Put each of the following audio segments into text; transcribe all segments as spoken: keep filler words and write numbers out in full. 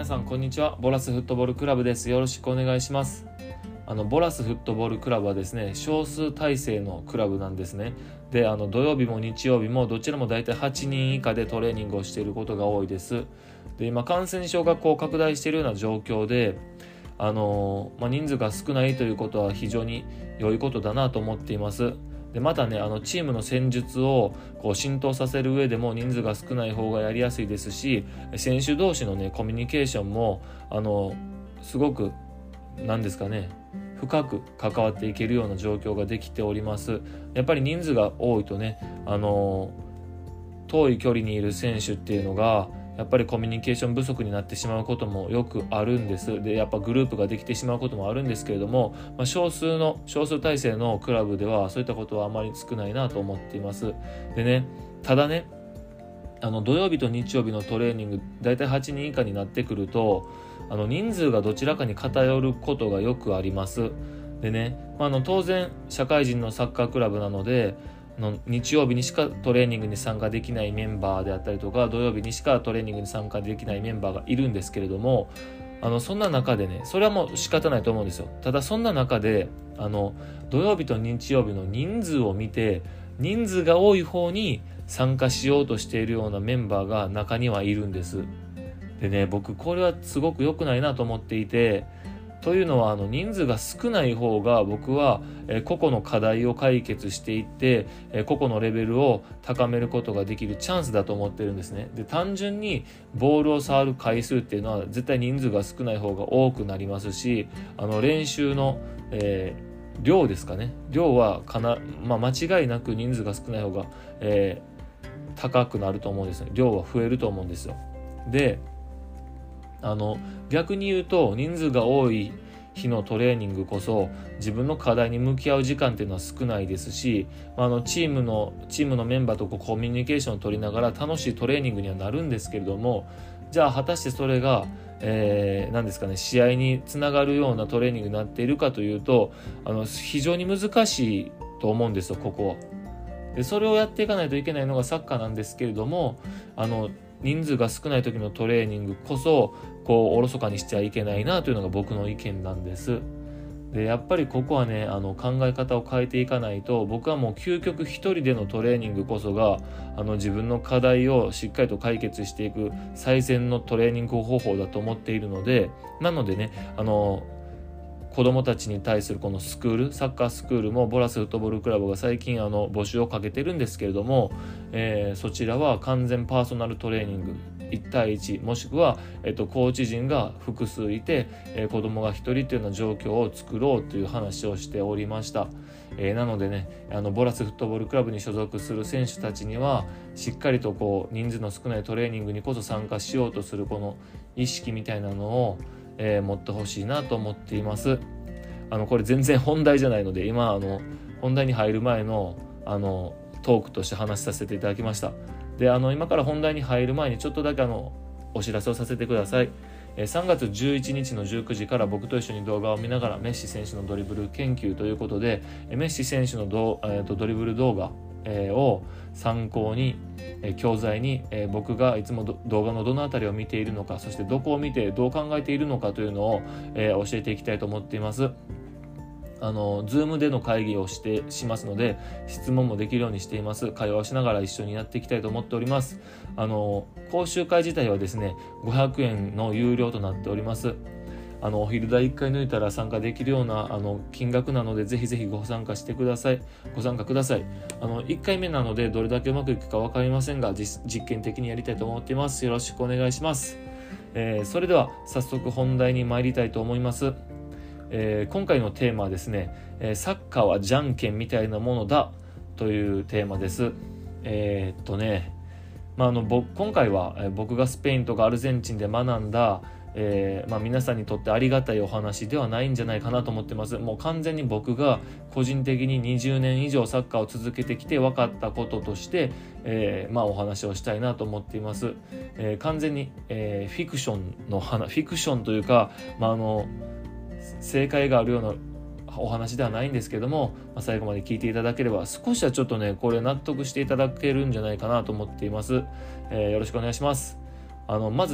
皆さんこんにちは。ボラスフットボールクラブです。よろしくお願いします。あのボラスフットボールクラブはですね、少数体制のクラブなんですね。で、あの土曜日も日曜日もどちらもだいたいはちにん以下でトレーニングをしていることが多いです。で、今感染症がこう拡大しているような状況で、あのまあ、人数が少ないということは非常に良いことだなと思っています。でまたね、あのチームの戦術をこう浸透させる上でも人数が少ない方がやりやすいですし、選手同士のねコミュニケーションもあのすごく何ですかね深く関わっていけるような状況ができております。やっぱり人数が多いとね、あの遠い距離にいる選手っていうのがやっぱりコミュニケーション不足になってしまうこともよくあるんです。で、やっぱグループができてしまうこともあるんですけれども、まあ、少数の少数体制のクラブではそういったことはあまり少ないなと思っています。でね、ただね、あの土曜日と日曜日のトレーニングだいたいはちにん以下になってくると、あの人数がどちらかに偏ることがよくあります。でね、まあ、あの当然社会人のサッカークラブなのでの日曜日にしかトレーニングに参加できないメンバーであったりとか、土曜日にしかトレーニングに参加できないメンバーがいるんですけれども、あのそんな中でね、それはもう仕方ないと思うんですよ。ただそんな中であの土曜日と日曜日の人数を見て、人数が多い方に参加しようとしているようなメンバーが中にはいるんです。でね、僕これはすごく良くないなと思っていて、というのはあの人数が少ない方が僕はえ個々の課題を解決していってえ個々のレベルを高めることができるチャンスだと思ってるんですね。で、単純にボールを触る回数っていうのは絶対人数が少ない方が多くなりますし、あの練習の、えー、量ですかね、量はかな、まあ、間違いなく人数が少ない方が、えー、高くなると思うんですね。量は増えると思うんですよ。で、あの逆に言うと人数が多い日のトレーニングこそ自分の課題に向き合う時間っていうのは少ないですし、あのチームのチームのメンバーとこうコミュニケーションを取りながら楽しいトレーニングにはなるんですけれども、じゃあ果たしてそれが、えー、何ですかね、試合につながるようなトレーニングになっているかというと、あの非常に難しいと思うんですよ、ここは。でそれをやっていかないといけないのがサッカーなんですけれども、あの人数が少ない時のトレーニングこそこうおろそかにしちゃいけないなというのが僕の意見なんです。でやっぱりここはね、あの考え方を変えていかないと、僕はもう究極一人でのトレーニングこそがあの自分の課題をしっかりと解決していく最善のトレーニング方法だと思っているので、なのでね、あの子どもたちに対するこのスクール、サッカースクールもボラスフットボールクラブが最近あの募集をかけてるんですけれども、えー、そちらは完全パーソナルトレーニングいち対いち、もしくは、えっと、コーチ陣が複数いて、えー、子どもがひとりというような状況を作ろうという話をしておりました。えー、なのでね、あのボラスフットボールクラブに所属する選手たちにはしっかりとこう人数の少ないトレーニングにこそ参加しようとするこの意識みたいなのをえー、持ってほしいなと思っています。あのこれ全然本題じゃないので、今あの本題に入る前のあのトークとして話させていただきました。で、あの今から本題に入る前にちょっとだけあのお知らせをさせてください。えー、さんがつじゅういちにちのじゅうくじから僕と一緒に動画を見ながらメッシ選手のドリブル研究ということで、メッシ選手の ド,、えー、とドリブル動画を参考に教材に僕がいつも動画のどのあたりを見ているのか、そしてどこを見てどう考えているのかというのを教えていきたいと思っています。あの Zoom での会議をしてしますので、質問もできるようにしています。会話をしながら一緒にやっていきたいと思っております。あの講習会自体はですねごひゃくえんの有料となっております。あのお昼代いっかい抜いたら参加できるようなあの金額なので、ぜひぜひご参加してください。ご参加ください。あのいっかいめなのでどれだけうまくいくか分かりませんが、実, 実験的にやりたいと思っています。よろしくお願いします。えー、それでは早速本題に参りたいと思います。えー、今回のテーマはですね、サッカーはじゃんけんみたいなものだというテーマです。えー、っとね、まあ、あの僕今回は僕がスペインとかアルゼンチンで学んだえーまあ、皆さんにとってありがたいお話ではないんじゃないかなと思ってます。もう完全に僕が個人的ににじゅうねん以上サッカーを続けてきて分かったこととして、えーまあ、お話をしたいなと思っています。えー、完全に、えー、フィクションの話、フィクションというか、まあ、あの正解があるようなお話ではないんですけども、まあ、最後まで聞いていただければ少しはちょっとねこれ納得していただけるんじゃないかなと思っています。えー、よろしくお願いします。あのまずね、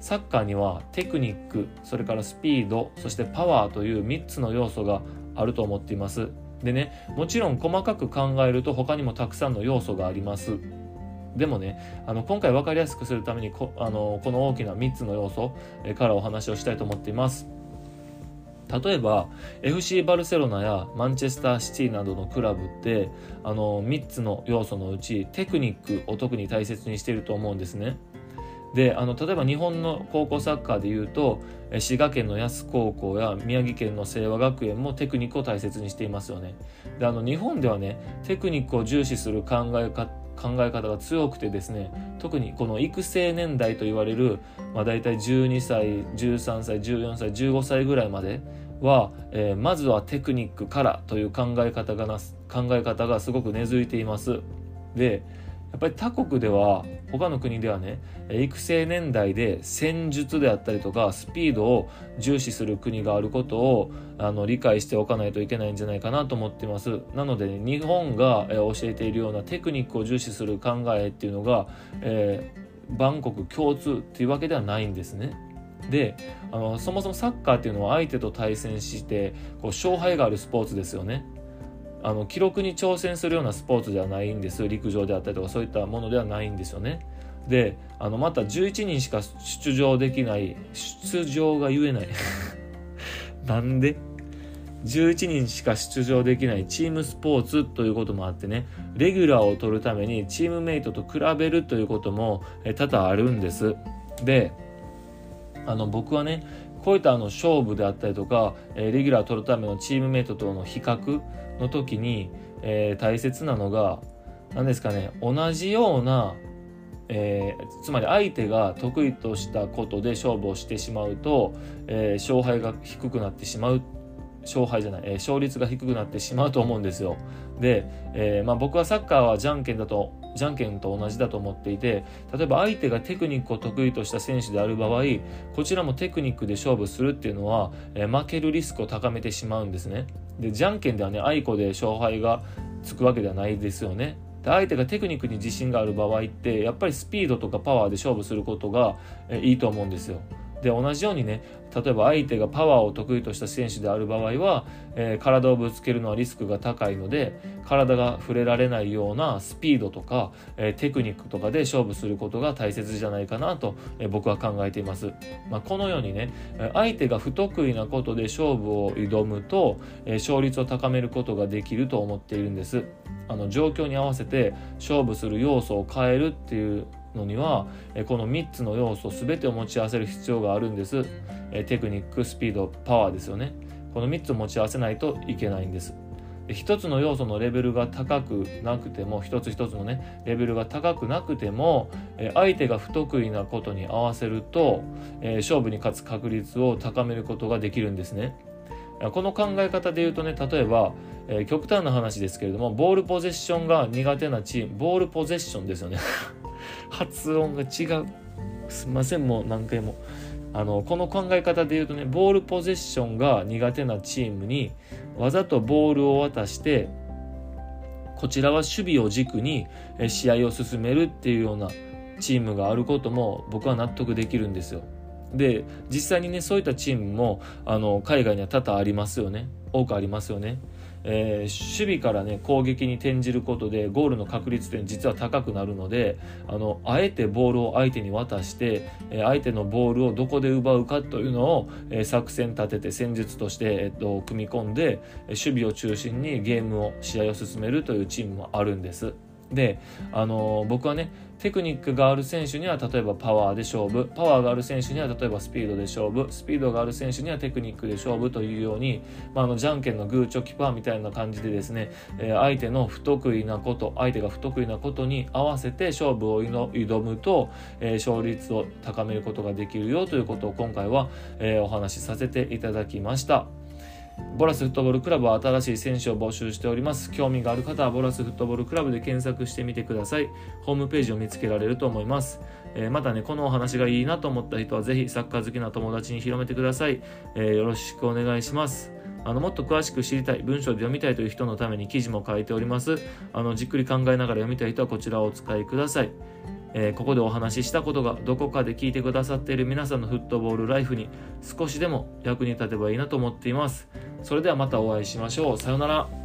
サッカーにはテクニック、それからスピード、そしてパワーというみっつの要素があると思っています。でね、もちろん細かく考えると他にもたくさんの要素があります。でもね、あの今回分かりやすくするために こ, あのこの大きなみっつの要素からお話をしたいと思っています。例えば エフシー バルセロナやマンチェスターシティなどのクラブってあのみっつの要素のうちテクニックを特に大切にしていると思うんですね。であの例えば日本の高校サッカーでいうと滋賀県の野洲高校や宮城県の清和学園もテクニックを大切にしていますよね。であの日本ではねテクニックを重視する考え方考え方が強くてですね、特にこの育成年代と言われる、まあ、大体じゅうにさい、じゅうさんさい、じゅうよんさい、じゅうごさいぐらいまでは、えー、まずはテクニックからという考え方がな考え方がすごく根付いています。でやっぱり他国では他の国ではね育成年代で戦術であったりとかスピードを重視する国があることをあの理解しておかないといけないんじゃないかなと思っています。なので、ね、日本が教えているようなテクニックを重視する考えっていうのが、えー、万国共通っていうわけではないんですね。であのそもそもサッカーっていうのは相手と対戦してこう勝敗があるスポーツですよね。あの記録に挑戦するようなスポーツではないんです。陸上であったりとかそういったものではないんですよね。であのまたじゅういちにんしか出場できない出場が言えないなんでじゅういちにんしか出場できないチームスポーツということもあってね、レギュラーを取るためにチームメイトと比べるということも多々あるんです。であの僕はねこういったあの勝負であったりとかレギュラーを取るためのチームメイトとの比較の時に、えー、大切なのが何ですかね、同じような、えー、つまり相手が得意としたことで勝負をしてしまうと、えー、勝敗が低くなってしまう勝敗じゃない、えー、勝率が低くなってしまうと思うんですよ。で、えーまあ、僕はサッカーはじゃんけんだとじゃんけんと同じだと思っていて、例えば相手がテクニックを得意とした選手である場合、こちらもテクニックで勝負するっていうのは、えー、負けるリスクを高めてしまうんですね。でじゃんけんではねあいこで勝敗がつくわけではないですよね。で相手がテクニックに自信がある場合ってやっぱりスピードとかパワーで勝負することが、えー、いいと思うんですよ。で同じようにね、例えば相手がパワーを得意とした選手である場合は、えー、体をぶつけるのはリスクが高いので体が触れられないようなスピードとか、えー、テクニックとかで勝負することが大切じゃないかなと、えー、僕は考えています。まあ、このようにね相手が不得意なことで勝負を挑むと、えー、勝率を高めることができると思っているんです。あの状況に合わせて勝負する要素を変えるっていうのにはこのみっつの要素全てを持ち合わせる必要があるんです。テクニック、スピード、パワーですよね。このみっつを持ち合わせないといけないんです。ひとつの要素のレベルが高くなくても一つ一つのねレベルが高くなくても相手が不得意なことに合わせると勝負に勝つ確率を高めることができるんですね。この考え方で言うとね、例えば、えー、極端な話ですけれどもボールポゼッションが苦手なチーム、ボールポゼッションですよね発音が違う、すいません、もう何回もあのこの考え方で言うとね、ボールポゼッションが苦手なチームにわざとボールを渡してこちらは守備を軸に試合を進めるっていうようなチームがあることも僕は納得できるんですよ。で実際にねそういったチームもあの海外には多々ありますよね。多くありますよね。えー、守備からね攻撃に転じることでゴールの確率って実は高くなるので、あのあえてボールを相手に渡して、えー、相手のボールをどこで奪うかというのを、えー、作戦立てて戦術として、えー、と組み込んで守備を中心にゲームを試合を進めるというチームもあるんです。で、あのー、僕はねテクニックがある選手には例えばパワーで勝負、パワーがある選手には例えばスピードで勝負、スピードがある選手にはテクニックで勝負というように、まあ、あのじゃんけんのグーチョキパーみたいな感じでですね、えー、相手の不得意なこと相手が不得意なことに合わせて勝負を挑むと、えー、勝率を高めることができるよということを今回は、えー、お話しさせていただきました。ボラスフットボールクラブは新しい選手を募集しております。興味がある方はボラスフットボールクラブで検索してみてください。ホームページを見つけられると思います。えー、またねこのお話がいいなと思った人はぜひサッカー好きな友達に広めてください。えー、よろしくお願いします。あのもっと詳しく知りたい、文章で読みたいという人のために記事も書いております。あのじっくり考えながら読みたい人はこちらをお使いください。 えーここでお話ししたことがどこかで聞いてくださっている皆さんのフットボールライフに少しでも役に立てばいいなと思っています。それではまたお会いしましょう。さようなら。